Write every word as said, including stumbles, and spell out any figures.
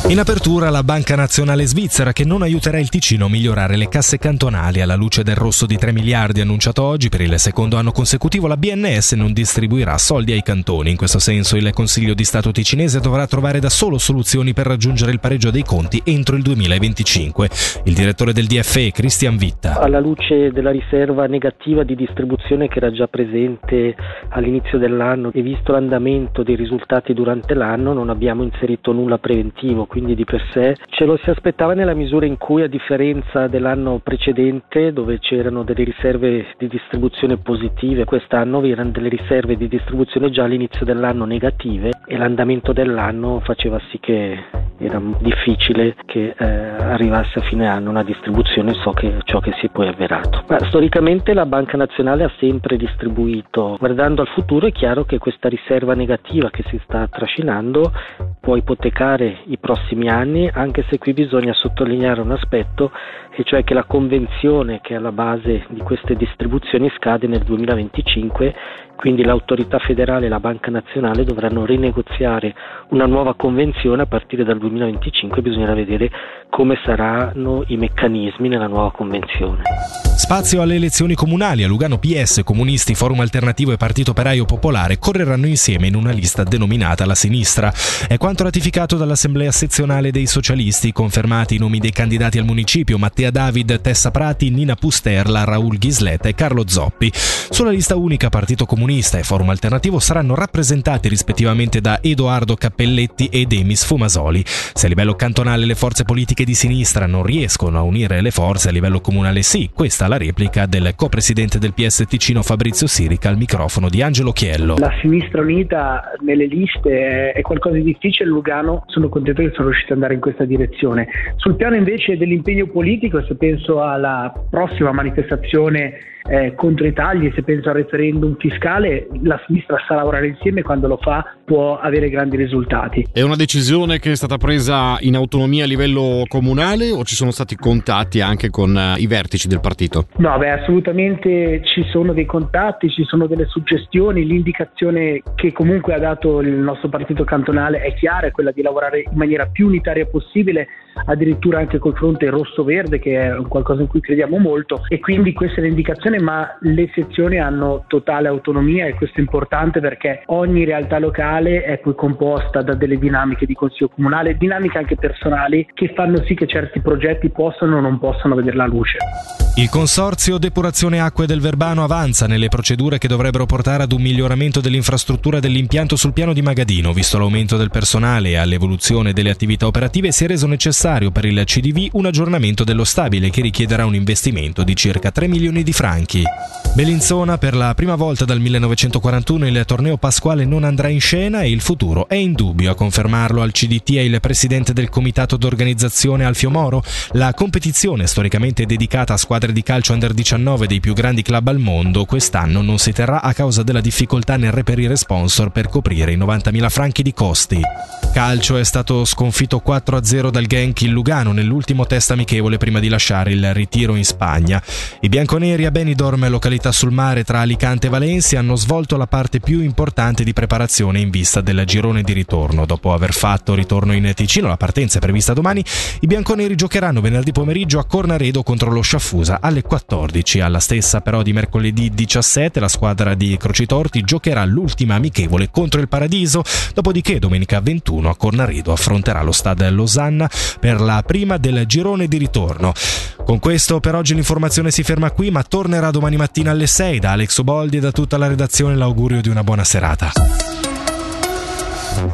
In apertura la Banca Nazionale Svizzera, che non aiuterà il Ticino a migliorare le casse cantonali alla luce del rosso di tre miliardi annunciato oggi. Per il secondo anno consecutivo la B N S non distribuirà soldi ai cantoni. In questo senso il Consiglio di Stato ticinese dovrà trovare da solo soluzioni per raggiungere il pareggio dei conti entro il duemilaventicinque. Il direttore del D F E, Christian Vitta. Alla luce della riserva negativa di distribuzione che era già presente all'inizio dell'anno e visto l'andamento dei risultati durante l'anno, non abbiamo inserito nulla preventivo. Quindi di per sé ce lo si aspettava nella misura in cui, a differenza dell'anno precedente dove c'erano delle riserve di distribuzione positive, quest'anno vi erano delle riserve di distribuzione già all'inizio dell'anno negative e l'andamento dell'anno faceva sì che era difficile che eh, arrivasse a fine anno una distribuzione, so che ciò che si è poi avverato. Ma storicamente la Banca Nazionale ha sempre distribuito. Guardando al futuro è chiaro che questa riserva negativa che si sta trascinando può ipotecare i prossimi anni, anche se qui bisogna sottolineare un aspetto, e cioè che la convenzione che è alla base di queste distribuzioni scade nel duemilaventicinque, quindi l'autorità federale e la Banca Nazionale dovranno rinegoziare una nuova convenzione a partire dal duemilaventicinque. Bisognerà vedere come saranno i meccanismi nella nuova convenzione. Spazio alle elezioni comunali. A Lugano P S, Comunisti, Forum Alternativo e Partito Operaio Popolare correranno insieme in una lista denominata La Sinistra. È quanto ratificato dall'Assemblea Sezionale dei Socialisti. Confermati i nomi dei candidati al municipio: Mattea David, Tessa Prati, Nina Pusterla, Raul Ghisletta e Carlo Zoppi. Sulla lista unica Partito Comunista e Forum Alternativo saranno rappresentati rispettivamente da Edoardo Cappelletti e Demis Fumasoli. Se a livello cantonale le forze politiche di sinistra non riescono a unire le forze, a livello comunale sì. Questa la replica del co-presidente del P S Ticino Fabrizio Sirica al microfono di Angelo Chiello. La sinistra unita nelle liste è qualcosa di difficile. Lugano sono contento che sono riusciti ad andare in questa direzione. Sul piano invece dell'impegno politico, se penso alla prossima manifestazione eh, contro i tagli, se penso al referendum fiscale, la sinistra sa lavorare insieme, quando lo fa può avere grandi risultati. È una decisione che è stata presa in autonomia a livello comunale o ci sono stati contatti anche con uh, i vertici del partito? No, beh, assolutamente ci sono dei contatti, ci sono delle suggestioni. L'indicazione che comunque ha dato il nostro partito cantonale è chiara, è quella di lavorare in maniera più unitaria possibile, addirittura anche col fronte rosso-verde, che è qualcosa in cui crediamo molto, e quindi questa è l'indicazione, ma le sezioni hanno totale autonomia e questo è importante perché ogni realtà locale è poi composta da delle dinamiche di consiglio comunale, dinamiche anche personali, che fanno sì che certi progetti possano o non possano vedere la luce. Il consorzio Depurazione Acque del Verbano avanza nelle procedure che dovrebbero portare ad un miglioramento dell'infrastruttura dell'impianto sul piano di Magadino. Visto l'aumento del personale e all'evoluzione delle attività operative, si è reso necessario per il C D V un aggiornamento dello stabile che richiederà un investimento di circa tre milioni di franchi. Bellinzona: per la prima volta dal millenovecentoquarantuno il torneo pasquale non andrà in scena e il futuro è in dubbio. A confermarlo al C D T è il presidente del comitato d'organizzazione Alfio Moro. La competizione, storicamente dedicata a squadre di calcio under diciannove dei più grandi club al mondo, quest'anno non si terrà a causa della difficoltà nel reperire sponsor per coprire i novantamila franchi di costi. Calcio: è stato sconfitto quattro a zero dal Genk il Lugano nell'ultimo test amichevole prima di lasciare il ritiro in Spagna. I bianconeri a Benidorm, località sul mare tra Alicante e Valencia, hanno svolto la parte più importante di preparazione in vista del girone di ritorno. Dopo aver fatto ritorno in Ticino, la partenza è prevista domani. I bianconeri giocheranno venerdì pomeriggio a Cornaredo contro lo Sciaffusa alle quattordici. Alla stessa però di mercoledì diciassette la squadra di Crocitorti giocherà l'ultima amichevole contro il Paradiso, dopodiché domenica ventuno a Cornaredo affronterà lo Stade Losanna per la prima del girone di ritorno. Con questo per oggi l'informazione si ferma qui, ma tornerà domani mattina alle sei. Da Alex Oboldi e da tutta la redazione l'augurio di una buona serata.